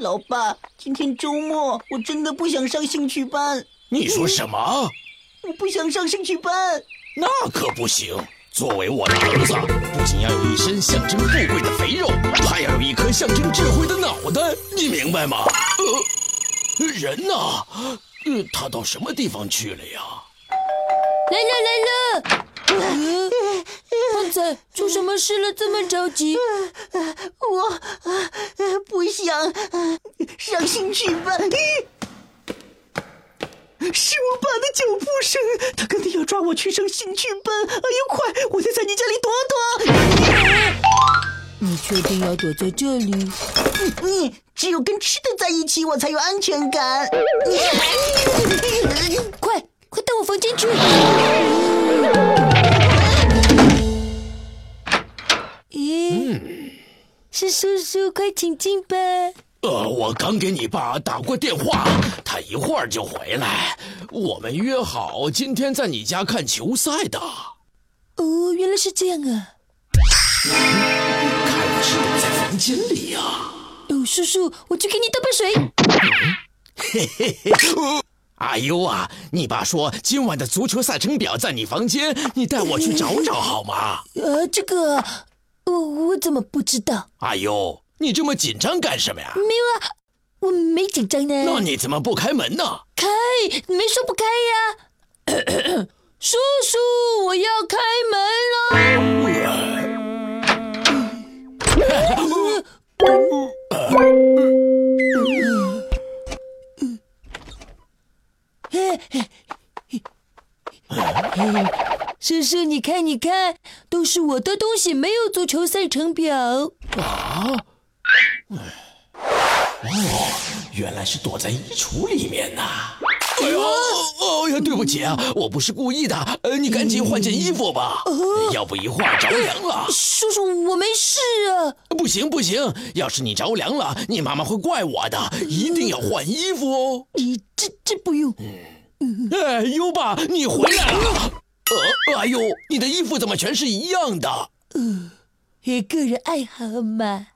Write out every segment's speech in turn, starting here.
老爸，今天周末，我真的不想上兴趣班。 你说什么？ 我不想上兴趣班。 那可不行。作为我的儿子，不仅要有一身象征富贵的肥肉，还要有一颗象征智慧的脑袋，你明白吗？人呢？他到什么地方去了呀？ 来了！胖仔，出什么事了？这么着急？ 我不想上兴趣班。是我爸的脚步声，他肯定要抓我去上兴趣班。哎呦，快！我得在你家里躲躲。 你确定要躲在这里？ 只有跟吃的在一起，我才有安全感。 快到我房间去！是叔叔，快请进吧。 我刚给你爸打过电话，他一会儿就回来。我们约好今天在你家看球赛的。 哦，原来是这样啊！ 看来是躲在房间里呀。 叔叔，我去给你倒杯水。 阿优啊，你爸说今晚的足球赛程表在你房间，你带我去找找好吗？ 这个，我怎么不知道？ 阿优，你这么紧张干什么呀？ 没有啊，我没紧张呢。 那你怎么不开门呢？ 开，没说不开呀。叔叔，我要开门了。叔叔，你看，都是我的东西，没有足球赛程表。 原来是躲在衣橱里面呐。哎呀，对不起啊，我不是故意的。你赶紧换件衣服吧，要不一会儿着凉了。 叔叔，我没事啊。 不行，要是你着凉了，你妈妈会怪我的，一定要换衣服哦。 这不用。 优爸，你回来了。哎呦，你的衣服怎么全是一样的？ 个人爱好嘛。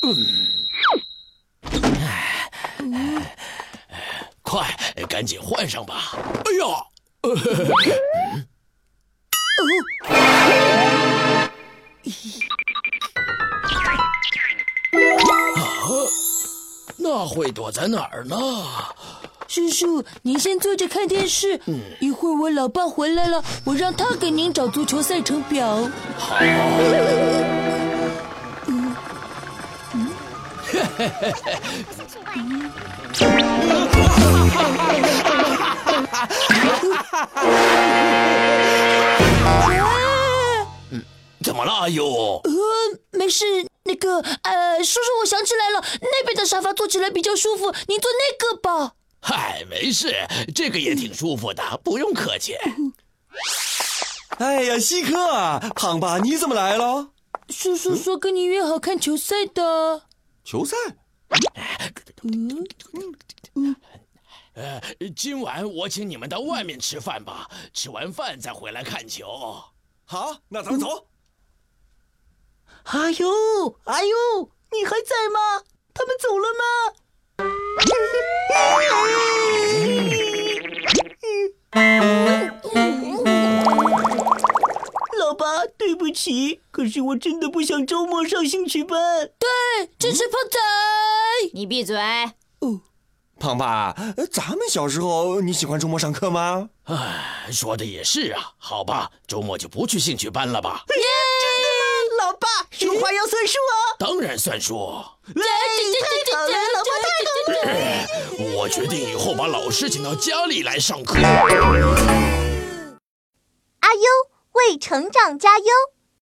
快，赶紧换上吧。哎呀！那会躲在哪儿呢？ 叔叔，您先坐着看电视。一会儿我老爸回来了，我让他给您找足球赛程表。 好。怎么了，阿优？ 没事。那个，叔叔，我想起来了，那边的沙发坐起来比较舒服，您坐那个吧。 嗨，没事，这个也挺舒服的，不用客气。 哎呀，西克，胖爸，你怎么来了？ 叔叔说跟你约好看球赛的。 球赛？ 今晚我请你们到外面吃饭吧，吃完饭再回来看球。 好，那咱们走。 阿优，你还在吗？他们走了吗？老爸，对不起，可是我真的不想周末上兴趣班。 对，支持胖仔。 你闭嘴。 胖爸，咱们小时候你喜欢周末上课吗？ 说的也是啊。好吧，周末就不去兴趣班了吧。 真的吗？老爸，说话要算数哦。 当然算数。 太好了，老爸太好了。 我决定以后把老师请到家里来上课。 阿优为成长加油。